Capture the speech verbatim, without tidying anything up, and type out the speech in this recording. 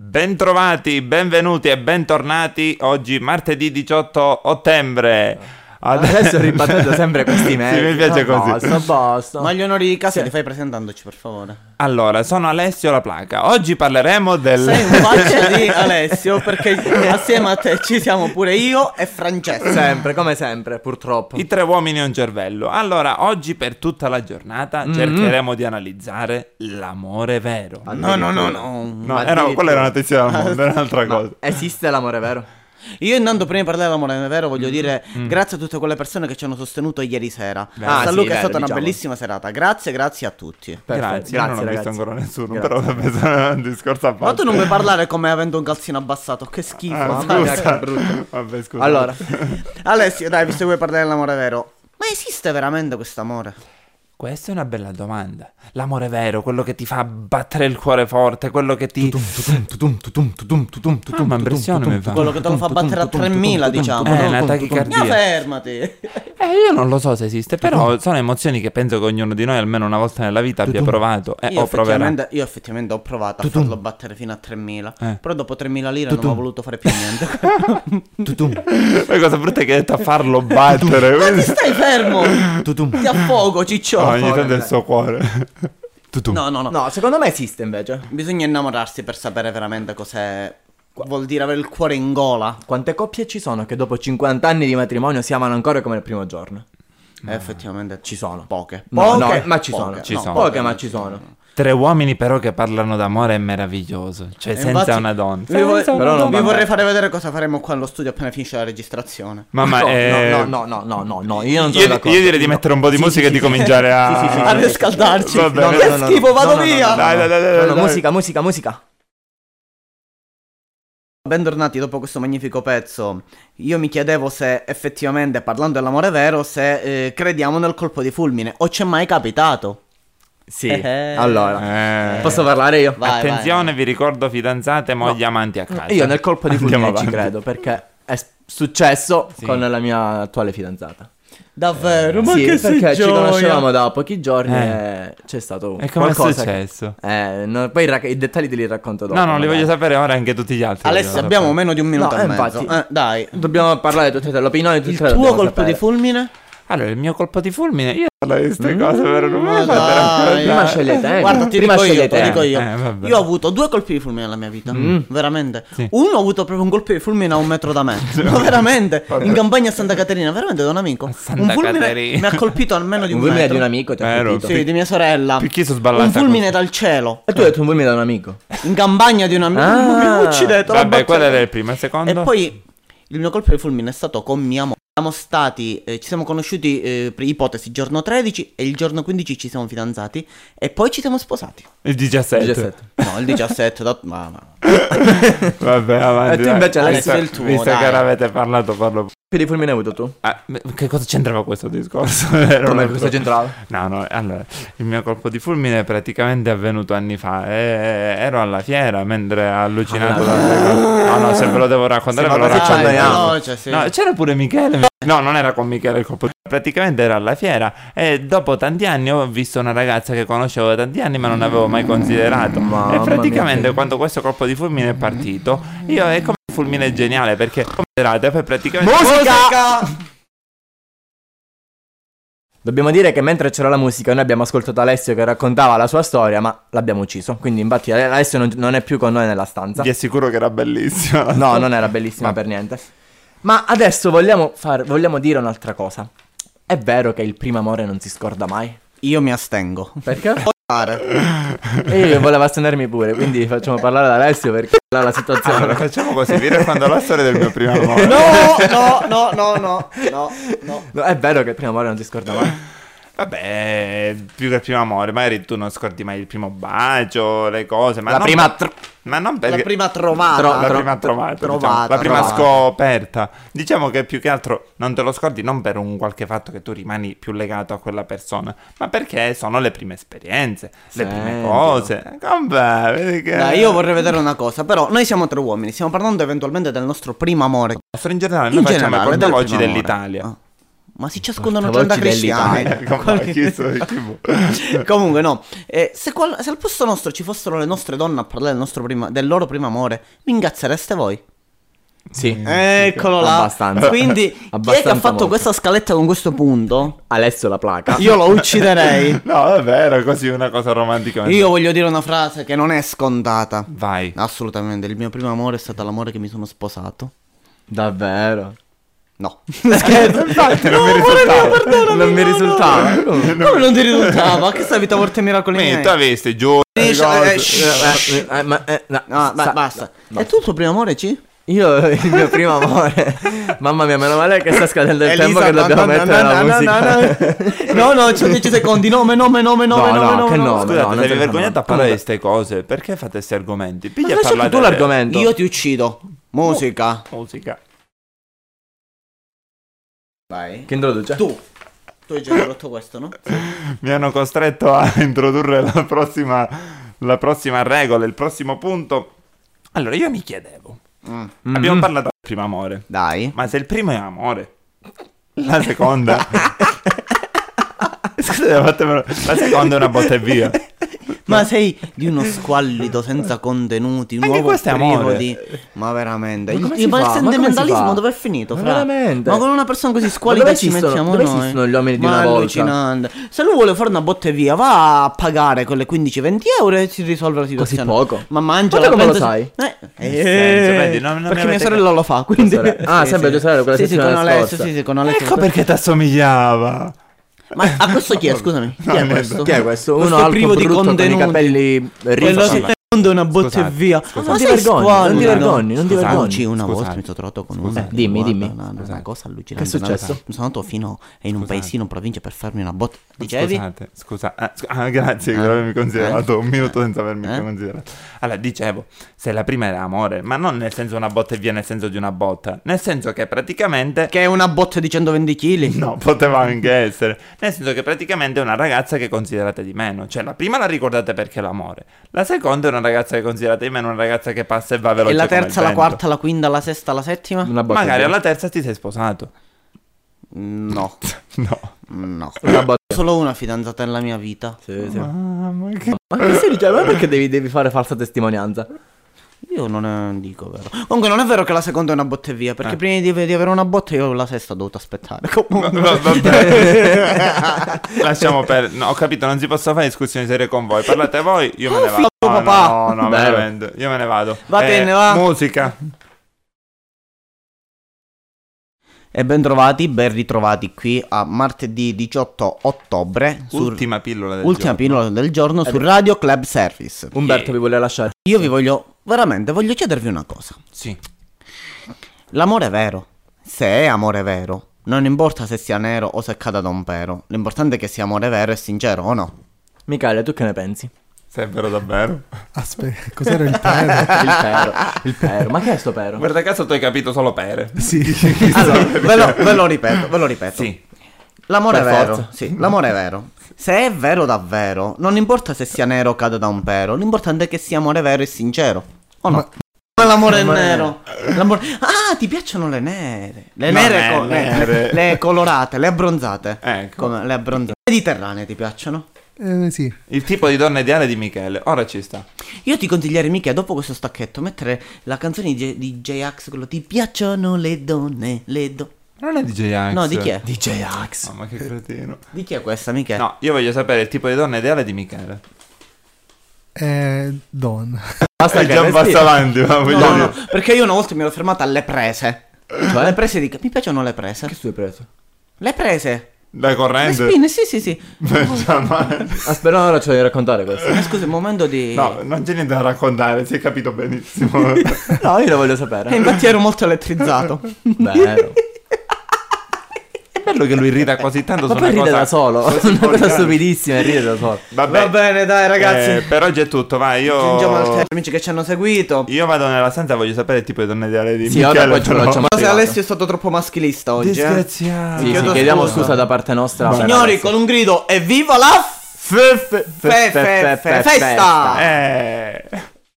Bentrovati, benvenuti e bentornati. Oggi martedì diciotto ottobre. Adesso ribattendo sempre questi mesi. Sì, mi piace no, così. Basta, basta. Ma gli onori di casa Sì. li fai presentandoci, per favore. Allora, sono Alessio La Placa. Oggi parleremo del... Sei in faccia di Alessio, perché assieme a te ci siamo pure io e Francesco. Sempre, come sempre, purtroppo. I tre uomini e un cervello. Allora, oggi per tutta la giornata Mm-hmm. cercheremo di analizzare l'amore vero. No, no, no, no. No, era, quella era una notizia del mondo, era un'altra Ma cosa. esiste l'amore vero? Io intanto prima di parlare dell'amore vero voglio dire grazie a tutte quelle persone che ci hanno sostenuto ieri sera. Ah, San sì, Luca è vero, stata una diciamo. bellissima serata. Grazie, grazie a tutti. Perfetto, Grazie, io non ho grazie, visto ragazzi. ancora nessuno, Grazie. però vabbè, sarà un discorso a parte. Ma tu non puoi parlare come avendo un calzino abbassato, che schifo. Ah, Mamma mia, scusa. che brutto. Vabbè, scusa. Allora, Alessio, dai, visto che vuoi parlare dell'amore vero, ma esiste veramente questo amore? Questa è una bella domanda. L'amore vero, quello che ti fa battere il cuore forte, quello che ti... Ah, ma impressione mi fa. Quello che te lo fa battere a tremila, diciamo. Eh, una Ma tachicardia. fermati. Eh, io non lo so se esiste, però sono emozioni che penso che ognuno di noi almeno una volta nella vita abbia provato e Io o proverà. effettivamente, io effettivamente ho provato a farlo battere fino a tremila. Eh. Però dopo tremila lire non ho voluto fare più niente. La cosa brutta è che hai detto a farlo battere. Ma ti stai fermo? Ti affogo, ciccio. Oh, ogni tanto è il suo cuore. Tutum. No, no, no, no, secondo me esiste invece. Bisogna innamorarsi per sapere veramente cos'è. Vuol dire avere il cuore in gola. Quante coppie ci sono che dopo cinquanta anni di matrimonio si amano ancora come il primo giorno? Eh, effettivamente Ci sono. poche. No, Poche, no, ma ci poche. sono. Ci No, sono. Poche, ma ci sono. Tre uomini però che parlano d'amore è meraviglioso. Cioè E senza infatti, una donna. Vi, vo- Senza una però non vi donna. vorrei fare vedere cosa faremo qua allo studio appena finisce la registrazione. Mamma, no, eh, no, no, no, no, no, no, io non sono io, d'accordo. io direi di mettere un po' di Sì, musica sì, e di sì, cominciare a... sì, sì, sì, A riscaldarci. Va bene. No, no, Che no, no, schifo, no, vado no, no, via. no, no, Dai, dai, dai, dai, no, no, dai. musica, musica, musica. Bentornati dopo questo magnifico pezzo. Io mi chiedevo se effettivamente, parlando dell'amore vero, se eh, crediamo nel colpo di fulmine o c'è mai capitato. Sì, Eh. allora, Eh. posso parlare io? Vai, Attenzione, vai. vi ricordo fidanzate, mogli, amanti a casa. Io nel colpo di Andiamo fulmine ci avanti. credo perché è s- successo Sì. con la mia attuale fidanzata. Davvero? Ma Sì, che perché ci gioia. conoscevamo da pochi giorni Eh. e c'è stato E come è qualcosa che- successo? Eh, no, poi ra- i dettagli te li racconto dopo. No, non li magari. voglio sapere ora, anche tutti gli altri. Alessio, vogliono abbiamo sapere. meno di un minuto No, e eh, mezzo. infatti. Eh, dai. Dobbiamo parlare di tutte le l'opinione di Il tutte le tuo dobbiamo colpo sapere. di fulmine? Allora, il mio colpo di fulmine, io parlo di queste cose, però non me le Ma fate dai. raccontare. Prima sceglie te. Guarda, ti Prima dico io, sceglie te te. lo dico io. Eh, vabbè. Io ho avuto due colpi di fulmine nella mia vita. Veramente. Sì. Uno ho avuto proprio un colpo di fulmine a un metro da me. Ma veramente. In campagna a Santa Caterina, veramente da un amico. Santa un fulmine Caterina. mi ha colpito almeno di un, Un fulmine metro. di un amico ti ha Vero, colpito. Sì, di mia sorella. Più chi sono sballata Un fulmine così. dal cielo. E tu hai detto un fulmine da un amico. In campagna di un amico. Ah. Mi uccidete. la Vabbè, battaglia. quello era il primo, il secondo? E poi il mio colpo di fulmine è stato con mia moglie. Siamo stati, eh, ci siamo conosciuti eh, per ipotesi giorno tredici e il giorno quindici ci siamo fidanzati e poi ci siamo sposati. Il diciassette. diciassette. No, il diciassette, da- ma, ma. Vabbè, avanti. E tu dai. invece, Alessio, Visto- è il tuo, Visto dai. che ora avete parlato, parlo... Che di fulmine hai avuto tu? Ah, che cosa c'entrava questo discorso? Era un Come altro- cosa c'entrava? No, no, allora, il mio colpo di fulmine è praticamente avvenuto anni fa. E- ero alla fiera mentre allucinato Alla dalle cose. No, no, se ve lo devo raccontare, Sì, ve ma lo cosa ci racconto. annoiamo? veloce, sì. No, c'era pure Michele. No, non era con Michele il colpo di... Praticamente era alla fiera e dopo tanti anni ho visto una ragazza che conoscevo da tanti anni ma non avevo mai considerato. Mamma e praticamente mia. quando questo colpo di fulmine è partito, io è come un fulmine geniale perché considerate poi praticamente... Musica! Dobbiamo dire che mentre c'era la musica noi abbiamo ascoltato Alessio che raccontava la sua storia, ma l'abbiamo ucciso. Quindi infatti Alessio non, non è più con noi nella stanza. Vi assicuro che era bellissima. No, non era bellissima Ma- per niente. Ma adesso vogliamo, far, vogliamo dire un'altra cosa. È vero che il primo amore non si scorda mai? Io mi astengo. Perché? Fare. E io volevo astenermi pure, quindi facciamo parlare ad Alessio perché la, la situazione... Allora facciamo così, vi racconto la storia del mio primo amore. No, no, no, no, no, no, no. No, è vero che il primo amore non si scorda mai. Vabbè, più che il primo amore, magari tu non scordi mai il primo bacio, le cose, ma La non prima... per- ma non perché La prima trovata. Tro- la tro- prima trovata, trovata, diciamo, la prima trovata. scoperta. Diciamo che più che altro non te lo scordi non per un qualche fatto che tu rimani più legato a quella persona, ma perché sono le prime esperienze, le prime Sentilo. cose. Vabbè, vedi che Dai, io vorrei vedere una cosa, però noi siamo tre uomini, stiamo parlando eventualmente del nostro primo amore. in generale In noi facciamo i generale, del portavoci primo amore. dell'Italia. Ah. Ma si ci ascondono Portavoce trenta cristiani. dell'Italia. Come ha chiesto di tipo. Comunque no, eh, se, qual- se al posto nostro ci fossero le nostre donne a parlare del, nostro prima- del loro primo amore, vi ingazzereste voi? Sì. Eccolo là. Abbastanza. Quindi chi è che ha Abbastanza fatto molto. questa scaletta con questo punto? Alessio la placa. Io lo ucciderei. No, è vero, così una cosa romantica. Io voglio dire una frase che non è scontata. Vai. Assolutamente, il mio primo amore è stato l'amore che mi sono sposato. Davvero? No. Scherzo. Infatti, non No, mi amore risultava. mio, perdonami, Non mi no, no. risultava. Come non ti risultava? Che stai vita porta miracoli Quindi miei? tu avesti giù. Finisce- cose- eh, shh. Eh, eh, ma, eh, no, No, ba- sa- basta. no. E tu il tuo primo amore, ci? Io, il mio primo amore. Mamma mia, meno male che sta scadendo il Elisa, tempo che no, dobbiamo no, mettere no, la no, musica. No, no, c'ho dieci secondi. Nome, nome, nome, nome, No, nome, no, che nome. nome? Scusate, no, non se vi te ne vergognate a fanno. parlare di queste cose, perché fate questi argomenti? Ma Piglia a lascia parlare tu delle- l'argomento. Io ti uccido. Musica. Musica. Vai. Che introduce? Tu. Tu hai già rotto questo, no? Mi hanno costretto a introdurre la prossima, la prossima regola, il prossimo punto. Allora, io mi chiedevo. Mm. Abbiamo parlato del primo amore. Dai. Ma se il primo è amore, la seconda... Scusate, fatemelo- la seconda è una botta e via. Ma sei di uno squallido senza contenuti, un Anche uomo questo è privo amore. di... Ma veramente, Ma il, come il- si ma il fa? Ma come si sentimentalismo fa? dove è finito, Ma fra? veramente? Ma con una persona così Ma squalida dove ci esistono- mettiamo dove noi? esistono gli uomini di Ma una è volta? allucinante. Se lui vuole fare una botta e via, va a pagare quelle quindici venti euro e si risolve la Così situazione. poco? Ma mangia Ma la tu come lo pensa- sai? Eh, senso, eh, vedi, non- non mi perché mia avete sorella lo fa, quindi... Tua sorella. Ah, sempre tua sorella, quella Sì, sì, con settimana Alessio, scorsa. sì, sì, con Alessio. Ecco perché ti assomigliava. Ma a questo chi è, scusami? Chi è niente. questo? Chi è questo? Questo Uno alto, privo di brutto, con i contenuti. capelli Quello riffi. che è una botta e Scusate, via. scusate. Non ti sei vergogni, squallido. non ti vergogni, non ti Scusate. vergogni. Oggi una Scusate. volta mi sono trovato con Scusate. una. Dimmi, Guarda, dimmi. Una, una Scusate. cosa allucinante. Che è successo? Mi sono andato fino in un Scusate. paesino in provincia per farmi una botta. Dicevi? Scusate, scusa, ah, scu- ah, grazie Eh? per avermi considerato un minuto senza avermi Eh? considerato. Allora, dicevo, se la prima era amore, ma non nel senso una botta e via, nel senso di una botta, nel senso che praticamente... Che è una botta di centoventi chili. No, poteva anche essere. Nel senso che praticamente è una ragazza che considerate di meno. Cioè, la prima la ricordate perché è l'amore. La seconda è una ragazza che considerate di meno, una ragazza che passa e va veloce E la come il terza, la vento. quarta, la quinta, la sesta, la settima? Una botta Magari via. alla terza ti sei sposato. No, No. no. Una botta. Solo una fidanzata nella mia vita. Sì, sì. Mamma che... Ma che stai dicendo? Ma perché devi, devi fare falsa testimonianza? Io non è- dico vero. Comunque non è vero che la seconda è una botta e via. Perché Eh. prima di, di avere una botta io la sesta ho dovuto aspettare. Comunque. Va- vabbè. Lasciamo perdere. No, ho capito, non si possono fare discussioni serie con voi. Parlate voi, io me ne vado. figlio No, papà. no, no, Vero. veramente. Io me ne vado. Va Eh, bene, va. Musica. E ben trovati, ben ritrovati qui a martedì diciotto ottobre. su- Ultima pillola del ultima giorno. pillola del giorno su Radio Club Service. Umberto vi vuole lasciare. Io vi voglio, veramente, voglio chiedervi una cosa. Sì. L'amore è vero. Se è amore vero, non importa se sia nero o se cada da un pero. L'importante è che sia amore vero e sincero, o no? Michele, tu che ne pensi? Se è vero davvero. Aspetta, cos'era il pero? Il pero. Il pero. Ma che è sto pero? Guarda caso tu hai capito solo pere. Sì. Allora, ve lo, ve lo ripeto, ve lo ripeto. Sì. L'amore è Per vero, forza. sì, l'amore è vero. Se è vero davvero, non importa se sia nero o cada da un pero, l'importante è che sia amore vero e sincero. O no? Ma l'amore è l'amore è- nero. L'amore... Ah, ti piacciono le nere. Le No, nere, ne- co- le- nere. le colorate, le abbronzate. Ecco. Come le abbronzate. Mediterranee ti piacciono? Eh, sì. Il tipo di donna ideale di Michele. Ora ci sta. Io ti consiglierei mica dopo questo stacchetto mettere la canzone di, J- di J-Ax, quello ti piacciono le donne, le do... Non è D J Axe. No, di chi è? D J Axe. Mamma che cretino. Di chi è questa, Michele? No, io voglio sapere il tipo di donna ideale di Michele. Eh, Don. Basta È che già un respiri. passo avanti, ma voglio No, dire. no, perché io una volta mi ero fermata alle prese. Cioè? Le prese di... Mi piacciono le prese. Che tu hai preso? Le prese. Da Le corrente. spine, sì, sì, sì. Cioè, ma- Aspetta, ora ce lo devi raccontare questo. Eh, scusa, un momento di... No, non c'è niente da raccontare, si è capito benissimo. No, io lo voglio E sapere. infatti ero molto elettrizzato. Vero. È bello che lui rida così tanto Ma su poi una ride cosa da solo. così Una cosa volgare. stupidissima e ride da solo. Vabbè. Va bene, dai, ragazzi. Eh, per oggi è tutto, vai, io... Giungiamo al termine, amici che ci hanno seguito. Io vado nella stanza, voglio sapere il tipo di donna ideale di Sì, Michele. ora poi ce lo però- facciamo. Se privato. Alessio è stato troppo maschilista oggi, eh. Disgraziato. Sì, sì, chiedo chiediamo scusa. scusa da parte nostra. per Signori, Alessio. con un grido evviva la f- Fe- fe- fe- fe- fe- festa! Eh...